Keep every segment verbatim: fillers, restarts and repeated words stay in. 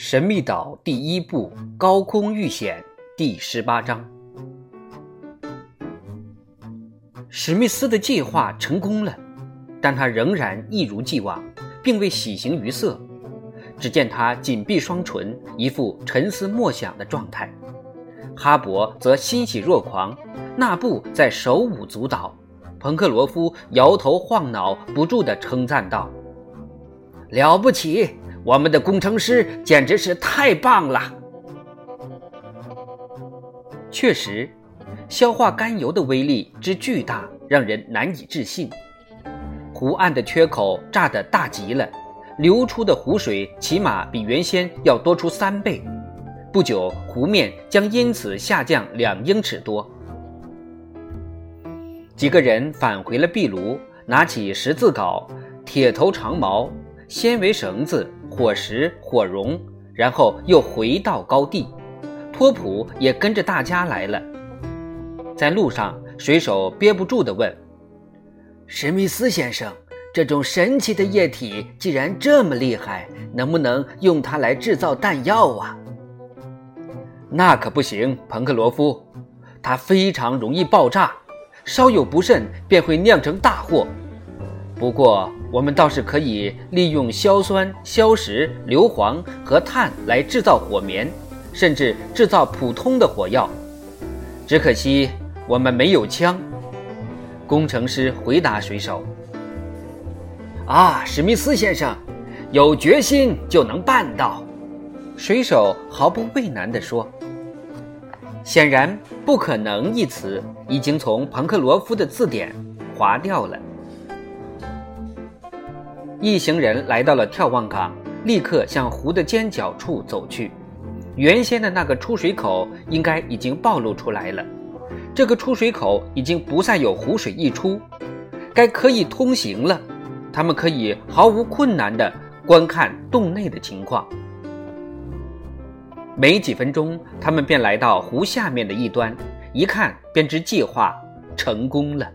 神秘岛第一部高空遇险第十八章。史密斯的计划成功了，但他仍然一如既往，并未喜形于色。只见他紧闭双唇，一副沉思默想的状态。哈勃则欣喜若狂，纳布在手舞足蹈，彭克罗夫摇头晃脑，不住地称赞道：了不起，我们的工程师简直是太棒了。确实，消化甘油的威力之巨大让人难以置信。湖岸的缺口炸得大极了，流出的湖水起码比原先要多出三倍，不久湖面将因此下降两英尺多。几个人返回了壁炉，拿起十字镐、铁头长矛、纤维绳子、火石、火绒，然后又回到高地。托普也跟着大家来了。在路上，水手憋不住地问：史密斯先生，这种神奇的液体既然这么厉害，能不能用它来制造弹药啊？那可不行，彭克罗夫，它非常容易爆炸，稍有不慎便会酿成大祸。不过我们倒是可以利用硝酸、硝石、硫磺和碳来制造火棉，甚至制造普通的火药。只可惜我们没有枪。工程师回答水手：啊，史密斯先生，有决心就能办到。水手毫不畏难地说。显然不可能一词已经从彭克罗夫的字典划掉了。一行人来到了眺望港，立刻向湖的尖角处走去。原先的那个出水口应该已经暴露出来了，这个出水口已经不再有湖水溢出，该可以通行了。他们可以毫无困难地观看洞内的情况。没几分钟，他们便来到湖下面的一端，一看便知计划成功了。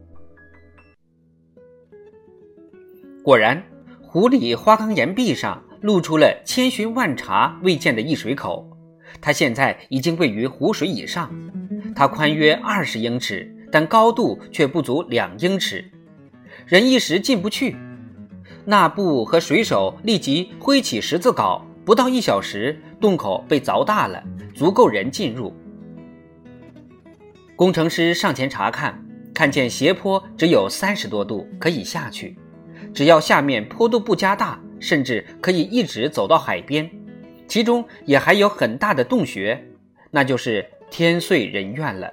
果然，湖里花岗岩壁上露出了千寻万查未见的一水口，它现在已经位于湖水以上。它宽约二十英尺，但高度却不足两英尺，人一时进不去。纳布和水手立即挥起十字镐，不到一小时，洞口被凿大了，足够人进入。工程师上前查看，看见斜坡只有三十多度可以下去，只要下面坡度不加大，甚至可以一直走到海边，其中也还有很大的洞穴，那就是天遂人愿了。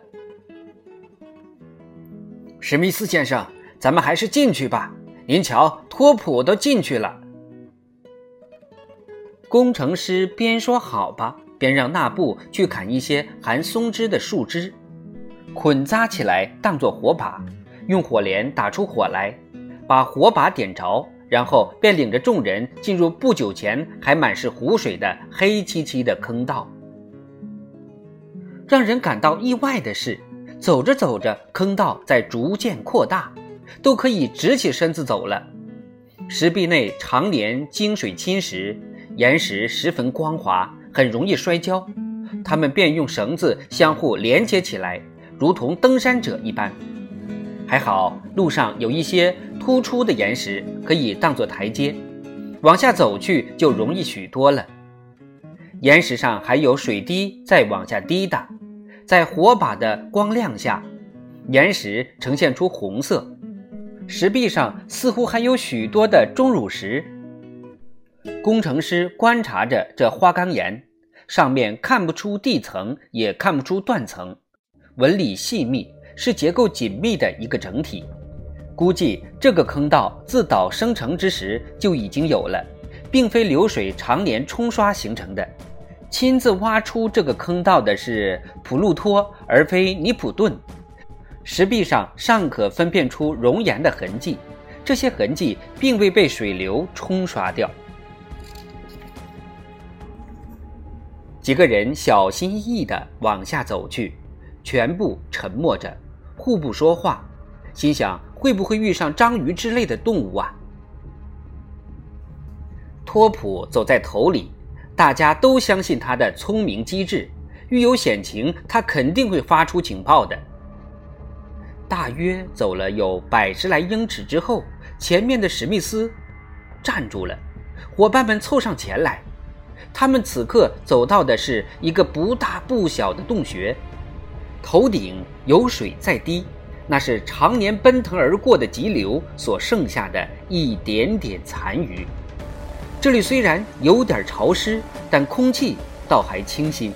史密斯先生，咱们还是进去吧，您瞧，托普都进去了。工程师边说好吧，边让纳布去砍一些含松枝的树枝，捆扎起来当作火把，用火镰打出火来，把火把点着，然后便领着众人进入不久前还满是湖水的黑漆漆的坑道。让人感到意外的是，走着走着，坑道在逐渐扩大，都可以直起身子走了。石壁内常年经水侵蚀，岩石十分光滑，很容易摔跤，他们便用绳子相互连接起来，如同登山者一般。还好路上有一些突出的岩石可以当作台阶，往下走去就容易许多了。岩石上还有水滴在往下滴答，在火把的光亮下，岩石呈现出红色，石壁上似乎还有许多的钟乳石。工程师观察着这花岗岩，上面看不出地层，也看不出断层，纹理细密，是结构紧密的一个整体。估计这个坑道自岛生成之时就已经有了，并非流水常年冲刷形成的。亲自挖出这个坑道的是普鲁托，而非尼普顿。石壁上尚可分辨出熔岩的痕迹，这些痕迹并未被水流冲刷掉。几个人小心翼翼地往下走去，全部沉默着，互不说话，心想会不会遇上章鱼之类的动物啊？托普走在头里， 大家都相信他的聪明机智，遇有险情他肯定会发出警报的。大约走了有百十来英尺之后，前面的史密斯站住了，伙伴们凑上前来。他们此刻走到的是一个不大不小的洞穴，头顶有水在滴，那是常年奔腾而过的急流所剩下的一点点残余。这里虽然有点潮湿，但空气倒还清新。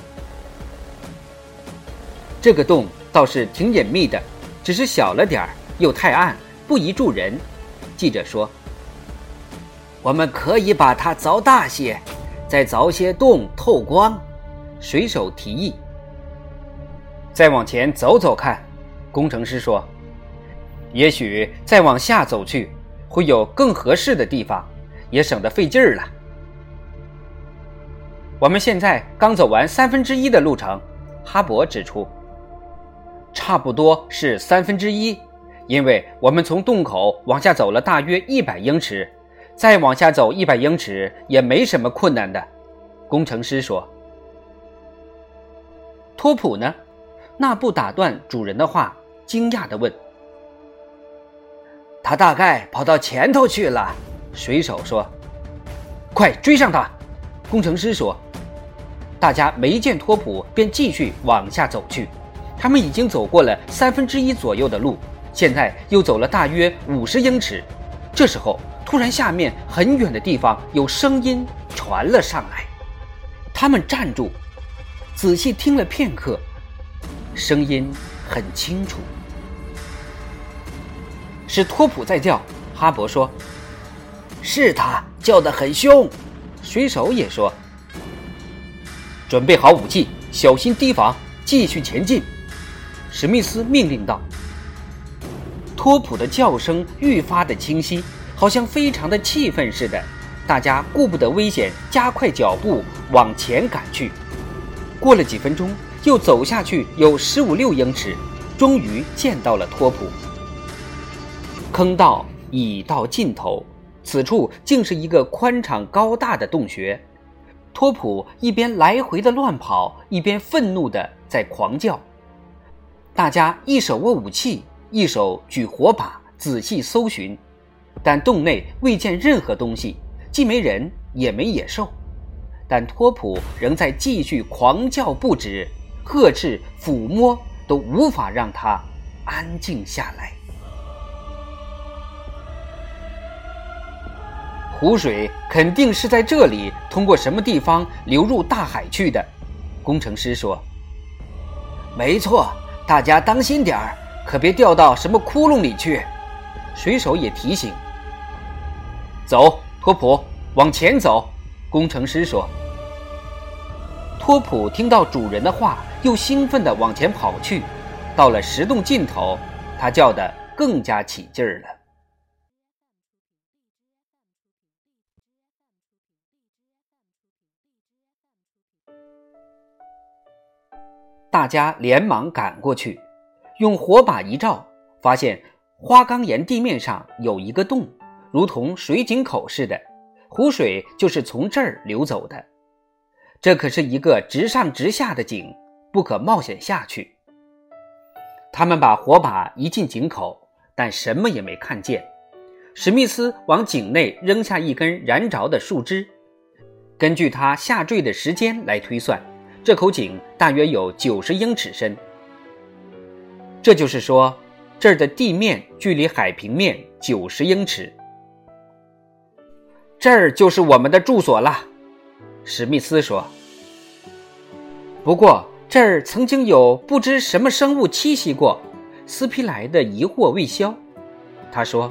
这个洞倒是挺隐秘的，只是小了点儿，又太暗，不宜住人。记者说，我们可以把它凿大些，再凿些洞透光。水手提议。再往前走走看，工程师说，也许再往下走去会有更合适的地方，也省得费劲儿了。我们现在刚走完三分之一的路程，哈勃指出。差不多是三分之一，因为我们从洞口往下走了大约一百英尺，再往下走一百英尺也没什么困难的。工程师说。托普呢？那不打断主人的话，惊讶地问。他大概跑到前头去了，水手说。快追上他！工程师说。大家没见托普，便继续往下走去。他们已经走过了三分之一左右的路，现在又走了大约五十英尺。这时候，突然下面很远的地方有声音传了上来。他们站住，仔细听了片刻，声音很清楚，是托普在叫。哈勃说。是他叫得很凶。水手也说。准备好武器，小心提防，继续前进。史密斯命令道。托普的叫声愈发的清晰，好像非常的气愤似的。大家顾不得危险，加快脚步往前赶去。过了几分钟，又走下去有十五六英尺，终于见到了托普。坑道已到尽头，此处竟是一个宽敞高大的洞穴。托普一边来回的乱跑，一边愤怒的在狂叫。大家一手握武器，一手举火把，仔细搜寻，但洞内未见任何东西，既没人也没野兽。但托普仍在继续狂叫不止，呵斥抚摸都无法让他安静下来。湖水肯定是在这里通过什么地方流入大海去的，工程师说。没错，大家当心点儿，可别掉到什么窟窿里去。水手也提醒。走，托普，往前走，工程师说。托普听到主人的话，又兴奋地往前跑去。到了石洞尽头，他叫得更加起劲儿了。大家连忙赶过去，用火把一照，发现花岗岩地面上有一个洞，如同水井口似的，湖水就是从这儿流走的。这可是一个直上直下的井，不可冒险下去。他们把火把移进井口，但什么也没看见。史密斯往井内扔下一根燃着的树枝，根据它下坠的时间来推算，这口井大约有九十英尺深。这就是说，这儿的地面距离海平面九十英尺。这儿就是我们的住所了，史密斯说。不过这儿曾经有不知什么生物栖息过，斯皮莱的疑惑未消。他说，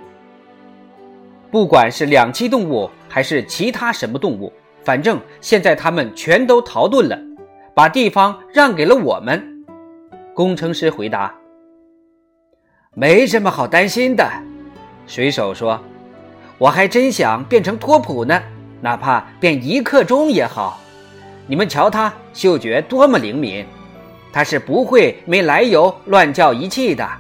不管是两栖动物还是其他什么动物，反正现在他们全都逃遁了，把地方让给了我们。工程师回答。没什么好担心的，水手说，我还真想变成托普呢，哪怕变一刻钟也好。你们瞧他嗅觉多么灵敏，他是不会没来由乱叫一气的。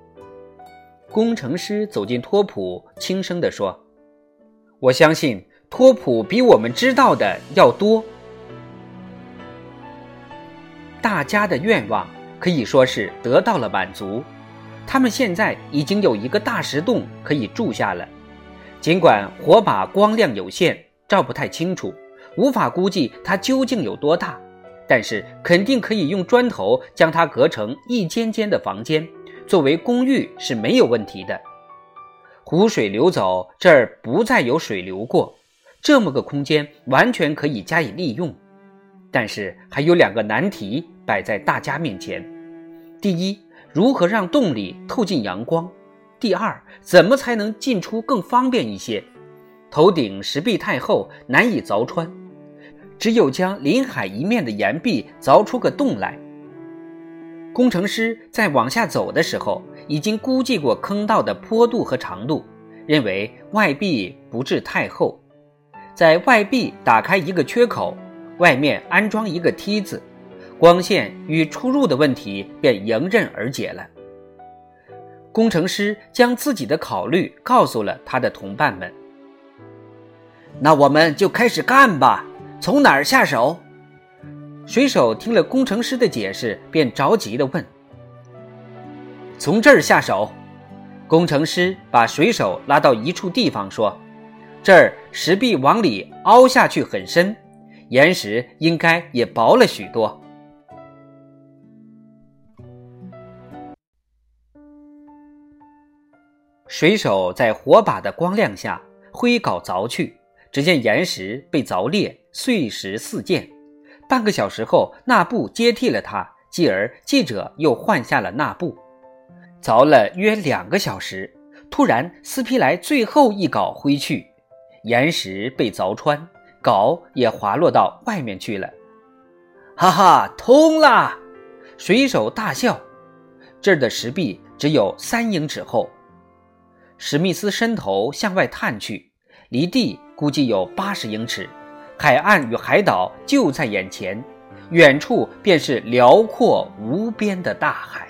工程师走进托普，轻声地说，我相信托普比我们知道的要多。大家的愿望可以说是得到了满足，他们现在已经有一个大石洞可以住下了。尽管火把光亮有限，照不太清楚，无法估计它究竟有多大，但是肯定可以用砖头将它隔成一间间的房间，作为公寓是没有问题的。湖水流走，这儿不再有水流过，这么个空间完全可以加以利用。但是还有两个难题摆在大家面前：第一，如何让洞里透进阳光；第二，怎么才能进出更方便一些？头顶石壁太厚，难以凿穿，只有将临海一面的岩壁凿出个洞来。工程师在往下走的时候，已经估计过坑道的坡度和长度，认为外壁不致太厚，在外壁打开一个缺口，外面安装一个梯子，光线与出入的问题便迎刃而解了。工程师将自己的考虑告诉了他的同伴们。那我们就开始干吧，从哪儿下手？水手听了工程师的解释，便着急地问。从这儿下手。工程师把水手拉到一处地方说，这儿石壁往里凹下去很深，岩石应该也薄了许多。水手在火把的光亮下挥镐凿去，只见岩石被凿裂，碎石四溅。半个小时后，纳布接替了他，继而记者又换下了纳布。凿了约两个小时，突然斯皮莱最后一镐挥去，岩石被凿穿，镐也滑落到外面去了。哈哈，通了！水手大笑。这儿的石壁只有三英尺厚。史密斯伸头向外探去，离地估计有八十英尺，海岸与海岛就在眼前，远处便是辽阔无边的大海。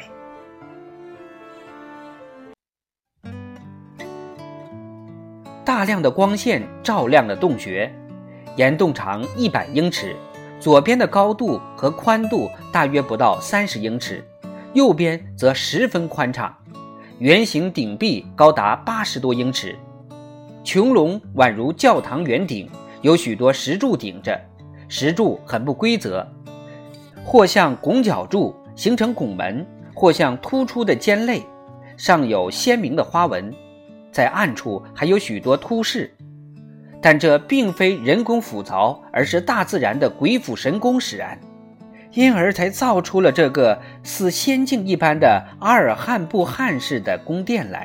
大量的光线照亮了洞穴，岩洞长一百英尺，左边的高度和宽度大约不到三十英尺，右边则十分宽敞，圆形顶壁高达八十多英尺，穹隆宛如教堂圆顶，有许多石柱顶着，石柱很不规则，或像拱角柱形成拱门，或像突出的尖肋，上有鲜明的花纹，在暗处还有许多凸饰，但这并非人工斧凿，而是大自然的鬼斧神工使然，因而才造出了这个似仙境一般的阿尔汉布汉式的宫殿来。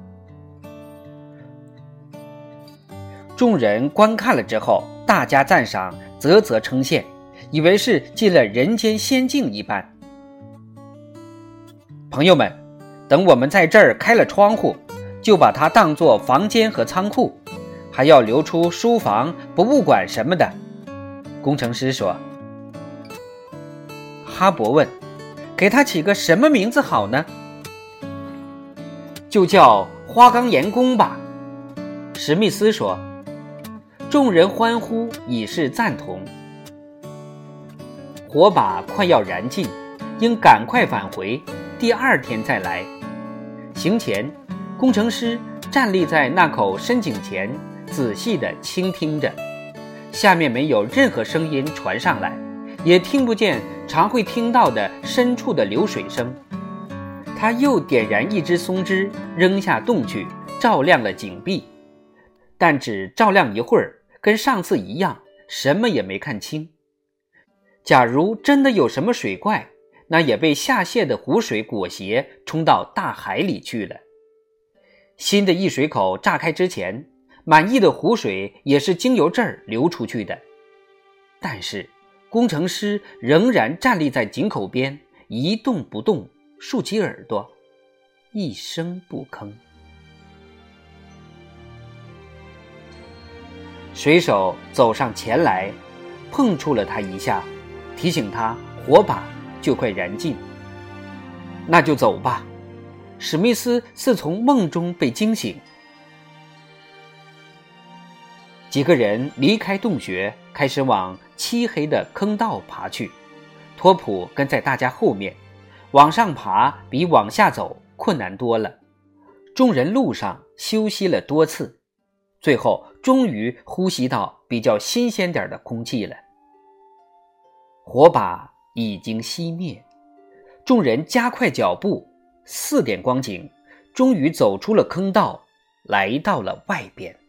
众人观看了之后，大家赞赏，啧啧称羡，以为是进了人间仙境一般。朋友们，等我们在这儿开了窗户，就把它当作房间和仓库，还要留出书房、博物馆什么的。工程师说。哈勃问，给它起个什么名字好呢？就叫花岗岩宫吧。史密斯说。众人欢呼，以示赞同。火把快要燃尽，应赶快返回，第二天再来。行前，工程师站立在那口深井前，仔细地倾听着，下面没有任何声音传上来，也听不见常会听到的深处的流水声。他又点燃一支松枝，扔下洞去，照亮了井壁，但只照亮一会儿，跟上次一样，什么也没看清。假如真的有什么水怪，那也被下泄的湖水裹挟，冲到大海里去了。新的溢水口炸开之前，满溢的湖水也是经由这儿流出去的。但是工程师仍然站立在井口边，一动不动，竖起耳朵，一声不吭。水手走上前来，碰触了他一下，提醒他火把就快燃尽。那就走吧。史密斯似从梦中被惊醒。 几个人离开洞穴，开始往漆黑的坑道爬去。托普跟在大家后面，往上爬比往下走困难多了。众人路上休息了多次，最后终于呼吸到比较新鲜点的空气了。火把已经熄灭，众人加快脚步，四点光景，终于走出了坑道，来到了外边。